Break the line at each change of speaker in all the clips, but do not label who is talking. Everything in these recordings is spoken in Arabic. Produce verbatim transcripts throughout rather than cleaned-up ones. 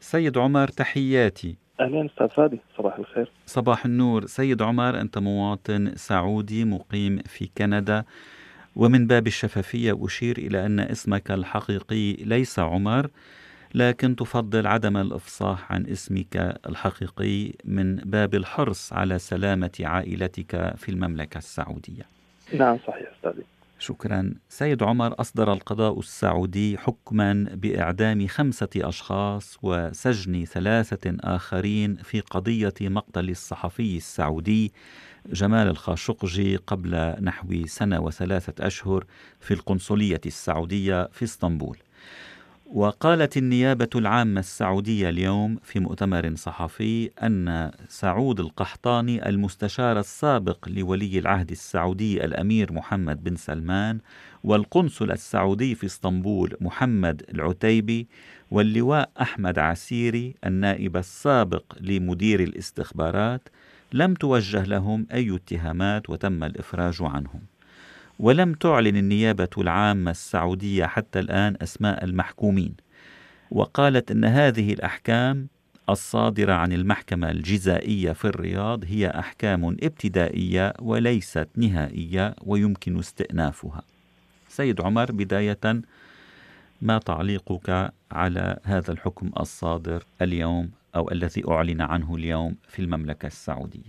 سيد عمر، تحياتي.
أهلا أستاذ فادي، صباح الخير.
صباح النور. سيد عمر، أنت مواطن سعودي مقيم في كندا، ومن باب الشفافية أشير إلى أن اسمك الحقيقي ليس عمر، لكن تفضل عدم الإفصاح عن اسمك الحقيقي من باب الحرص على سلامة عائلتك في المملكة السعودية.
نعم صحيح أستاذي.
شكرا. سيد عمر، أصدر القضاء السعودي حكما بإعدام خمسة أشخاص وسجن ثلاثة آخرين في قضية مقتل الصحفي السعودي جمال الخاشقجي قبل نحو سنة وثلاثة أشهر في القنصلية السعودية في اسطنبول. وقالت النيابة العامة السعودية اليوم في مؤتمر صحفي أن سعود القحطاني المستشار السابق لولي العهد السعودي الأمير محمد بن سلمان، والقنصل السعودي في اسطنبول محمد العتيبي، واللواء أحمد عسيري النائب السابق لمدير الاستخبارات لم توجه لهم أي اتهامات وتم الإفراج عنهم. ولم تعلن النيابة العامة السعودية حتى الآن أسماء المحكومين، وقالت أن هذه الأحكام الصادرة عن المحكمة الجزائية في الرياض هي أحكام ابتدائية وليست نهائية ويمكن استئنافها. سيد عمر، بداية ما تعليقك على هذا الحكم الصادر اليوم أو الذي أعلن عنه اليوم في المملكة السعودية؟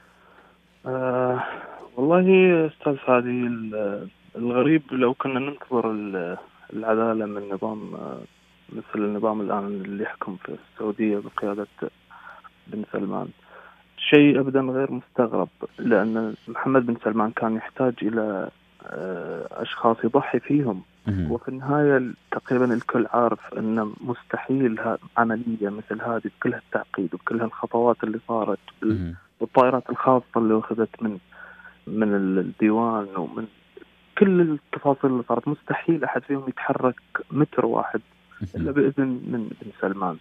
آه والله أستاذ فادي، الغريب لو كنا ننتظر العدالة من نظام مثل النظام الآن اللي يحكم في السعودية بقيادة بن سلمان، شيء أبدا غير مستغرب، لأن محمد بن سلمان كان يحتاج إلى أشخاص يضحي فيهم. وفي النهاية تقريبا الكل عارف أن مستحيل عملية مثل هذه بكل التعقيد وبكل الخطوات اللي صارت والطائرات الخاصة اللي أخذت من من الديوان ومن كل التفاصيل اللي صارت، مستحيل أحد فيهم يتحرك متر واحد إلا بإذن من بن سلمان.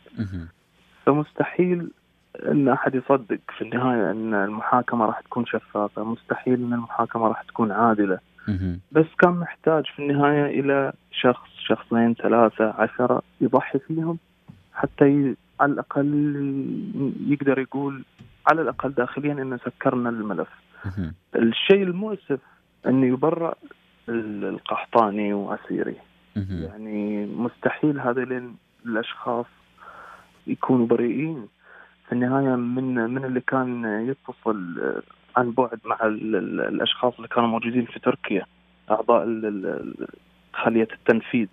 فمستحيل أن أحد يصدق في النهاية أن المحاكمة راح تكون شفافة، مستحيل أن المحاكمة راح تكون عادلة. بس كان محتاج في النهاية إلى شخص شخصين ثلاثة عشرة يضحي فيهم حتى ي... على الأقل يقدر يقول على الأقل داخليا أن سكرنا الملف. الشيء المؤسف أن يبرأ القحطاني وعسيري، يعني مستحيل هذين الأشخاص يكونوا بريئين في النهاية من من اللي كان يتصل عن بعد مع الأشخاص اللي كانوا موجودين في تركيا، أعضاء خلية التنفيذ،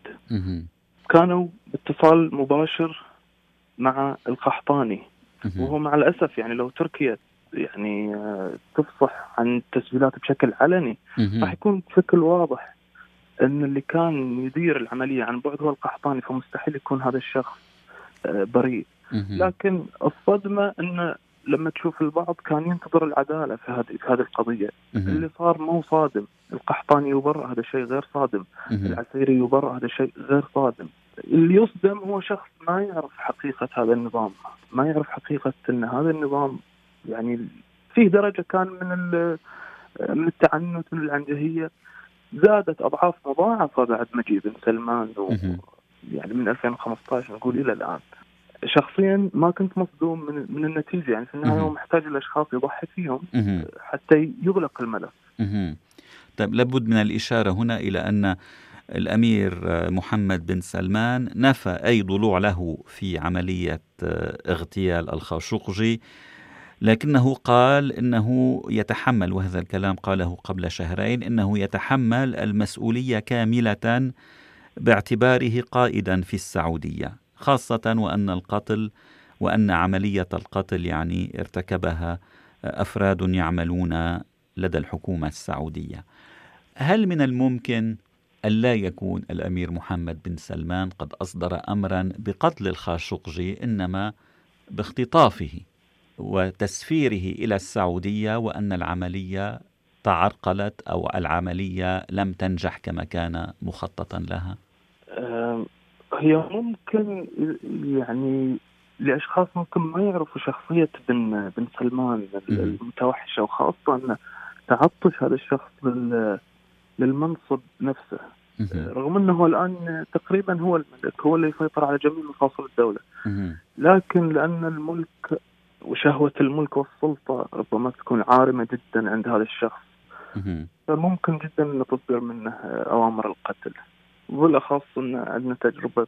كانوا باتصال مباشر مع القحطاني. وهو مع الأسف يعني لو تركيا يعني تفصح عن التسجيلات بشكل علني راح يكون بشكل واضح أن اللي كان يدير العملية عن بعد هو القحطاني، فمستحيل يكون هذا الشخص بريء. لكن الصدمة أن لما تشوف البعض كان ينتظر العدالة في هذه في هذه القضية. اللي صار مو صادم، القحطاني يبرأ هذا شيء غير صادم، العسيري يبرأ هذا شيء غير صادم. اللي يصدم هو شخص ما يعرف حقيقة هذا النظام، ما يعرف حقيقة أن هذا النظام يعني فيه درجة كان من من التعنت من العنجهية زادت أضعاف مضاعفة بعد مجيء بن سلمان، يعني من ألفين وخمسة عشر نقول إلى الآن. شخصيا ما كنت مصدوم من من النتيجة، يعني في النهاية هو محتاج الأشخاص يضحي فيهم حتى يغلق الملف.
طيب، لابد من الإشارة هنا إلى أن الأمير محمد بن سلمان نفى أي ضلوع له في عملية اغتيال الخاشقجي، لكنه قال إنه يتحمل، وهذا الكلام قاله قبل شهرين، إنه يتحمل المسؤولية كاملة باعتباره قائدا في السعودية، خاصة وأن القتل وأن عملية القتل يعني ارتكبها أفراد يعملون لدى الحكومة السعودية. هل من الممكن ألا يكون الأمير محمد بن سلمان قد أصدر أمرا بقتل الخاشقجي، إنما باختطافه وتسفيره إلى السعودية، وأن العملية تعرقلت أو العملية لم تنجح كما كان مخططا لها؟
هي ممكن يعني لأشخاص ممكن ما يعرفوا شخصية بن بن سلمان المتوحشة، وخاصة أن تعطش هذا الشخص للمنصب نفسه.
مهم.
رغم أنه الآن تقريبا هو الملك، هو اللي يسيطر على جميع مفاصل الدولة،
مهم.
لكن لأن الملك وشهوة الملك والسلطة ربما تكون عارمة جدا عند هذا الشخص،
مهم.
فممكن جدا أن تصدر منه أوامر القتل. وبالأخص أن عندنا تجربة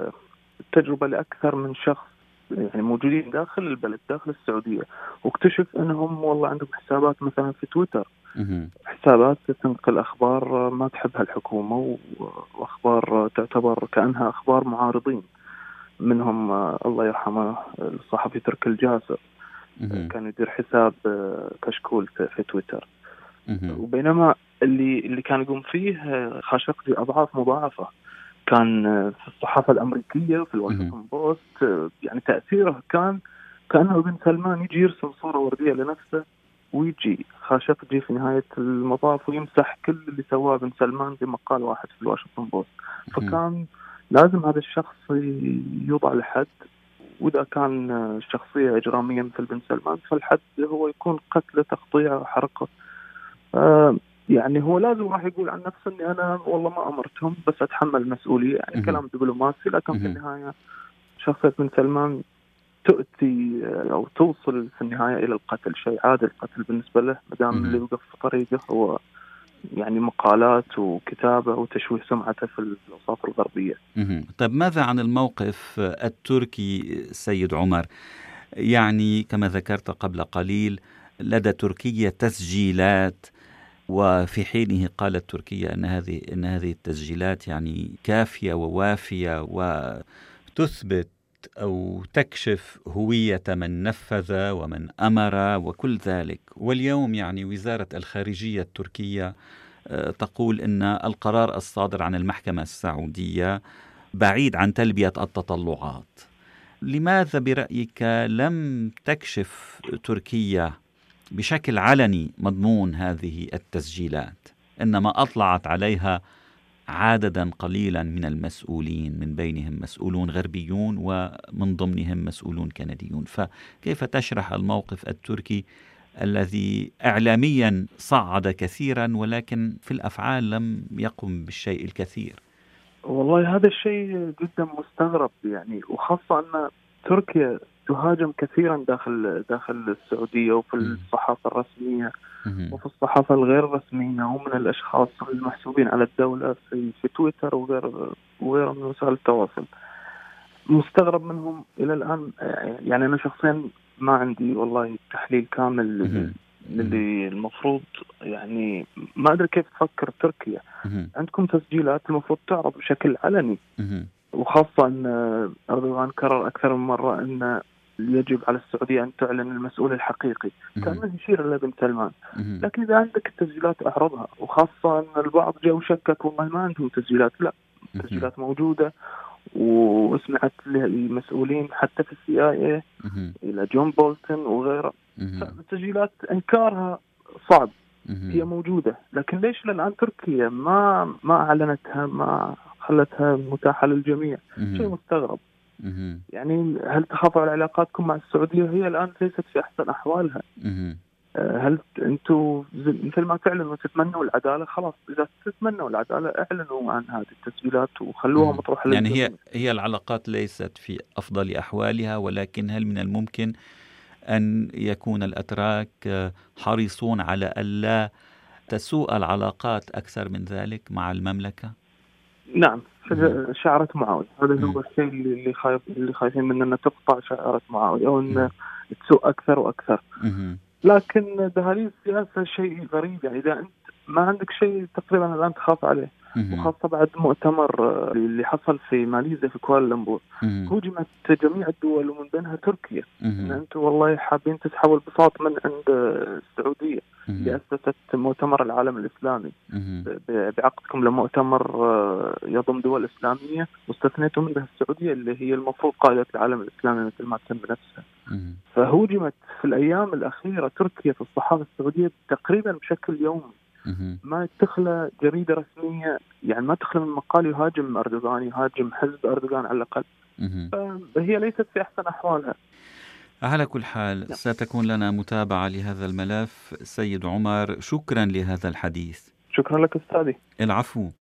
تجربة لأكثر من شخص يعني موجودين داخل البلد داخل السعودية، واكتشف أنهم والله عندهم حسابات مثلا في تويتر،
مهم.
حسابات تنقل أخبار ما تحبها الحكومة، وأخبار تعتبر كأنها أخبار معارضين. منهم الله يرحمه الصحفي تركي الجاسر،
مهم.
كان يدير حساب كشكول في تويتر،
مهم.
وبينما اللي اللي كان يقوم فيه خاشقجي أضعاف مضاعفة. كان في الصحافة الأمريكية في
مهم.
الواشنطن بوست، يعني تأثيره كان كأنه ابن سلمان يجي يرسم صورة وردية لنفسه، ويجي خاشقجي في نهاية المطاف ويمسح كل اللي سواه ابن سلمان بمقال واحد في الواشنطن بوست. فكان لازم هذا الشخص يوضع لحد، وإذا كان شخصية إجرامية مثل بن سلمان فالحد هو يكون قتله تقطيع حرقه. آه يعني هو لازم راح يقول عن نفسه اني انا والله ما امرتهم بس اتحمل المسؤوليه، يعني
مهم.
كلام دبلوماسي، لكن في
مهم.
النهايه شخصيه بن سلمان تؤتي او توصل في النهايه الى القتل، شيء عادي القتل بالنسبه له ما دام اللي
مهم.
وقف في طريقه هو يعني مقالات وكتابه وتشويه سمعته في الاوساط الغربيه.
مهم. طيب ماذا عن الموقف التركي سيد عمر؟ يعني كما ذكرت قبل قليل لدى تركيا تسجيلات، وفي حينه قالت تركيا أن هذه أن هذه التسجيلات يعني كافية ووافية وتثبت أو تكشف هوية من نفذ ومن أمر وكل ذلك. واليوم يعني وزارة الخارجية التركية آه، تقول أن القرار الصادر عن المحكمة السعودية بعيد عن تلبية التطلعات. لماذا برأيك لم تكشف تركيا بشكل علني مضمون هذه التسجيلات، إنما أطلعت عليها عددا قليلا من المسؤولين، من بينهم مسؤولون غربيون ومن ضمنهم مسؤولون كنديون؟ فكيف تشرح الموقف التركي الذي إعلاميا صعد كثيرا ولكن في الأفعال لم يقم بالشيء الكثير؟
والله هذا الشيء جدا مستغرب يعني، وخاصة أن تركيا تهاجم كثيرا داخل داخل السعودية وفي الصحافة الرسمية وفي الصحافة الغير رسمية ومن الأشخاص المحسوبين على الدولة في, في تويتر وغير وغيره من وسائل التواصل. مستغرب منهم إلى الآن. يعني أنا شخصيا ما عندي والله تحليل كامل اللي المفروض، يعني ما أدري كيف تفكر تركيا. عندكم تسجيلات المفروض تعرض بشكل علني، وخاصة أن أردوغان كرر أكثر من مرة أن يجب على السعودية أن تعلن المسؤول الحقيقي، كأنه يشير إلى بن سلمان. لكن إذا عندك التسجيلات أعرضها، وخاصة أن البعض جاء وشكك والله ما عندهم تسجيلات. لا، التسجيلات موجودة وسمعت لمسؤولين حتى في السي آي إيه إلى جون بولتون وغيره. التسجيلات إنكارها صعب، هي موجودة، لكن ليش للآن تركيا ما ما أعلنتها، ما خلتها متاحة للجميع؟ شيء مستغرب. يعني هل تخافوا على علاقاتكم مع السعودية؟ هي الآن ليست في أحسن أحوالها. هل أنتم مثل ما تعلنوا تتمنوا العدالة؟ خلاص، إذا تتمنوا العدالة اعلنوا عن هذه التسجيلات وخلوها مطروحة
يعني
للجميع.
هي هي العلاقات ليست في أفضل أحوالها، ولكن هل من الممكن أن يكون الأتراك حريصون على ألا تسوء العلاقات أكثر من ذلك مع المملكة؟
نعم، شعرة معاوية هذا هو الشيء اللي خايف اللي خايفين منه، أن تقطع شعرة معاوية أو أن تسوء أكثر وأكثر. لكن دهاليز السياسة شيء غريب، يعني إذا أنت ما عندك شيء تقريبا الآن تخاف عليه، وخاصة بعد مؤتمر اللي حصل في ماليزيا في كوالالمبور هجمت جميع الدول ومن بينها تركيا ان انتم والله حابين تسحبوا البساط من عند السعودية اللي أسست مؤتمر العالم الإسلامي بعقدكم لمؤتمر يضم دول إسلامية واستثنيتم منها السعودية اللي هي المفروض قائدة العالم الإسلامي مثل ما تسمى نفسها. فهجمت في الأيام الأخيرة تركيا في الصحافة السعودية تقريبا بشكل يومي، ما تخلى جريدة رسمية، يعني ما تخلى من مقال يهاجم أردوغان، يهاجم حزب أردوغان على الأقل. فهي ليست في أحسن أحوالها.
على كل حال ستكون لنا متابعة لهذا الملف. سيد عمر، شكرا لهذا الحديث.
شكرا لك أستاذي.
العفو.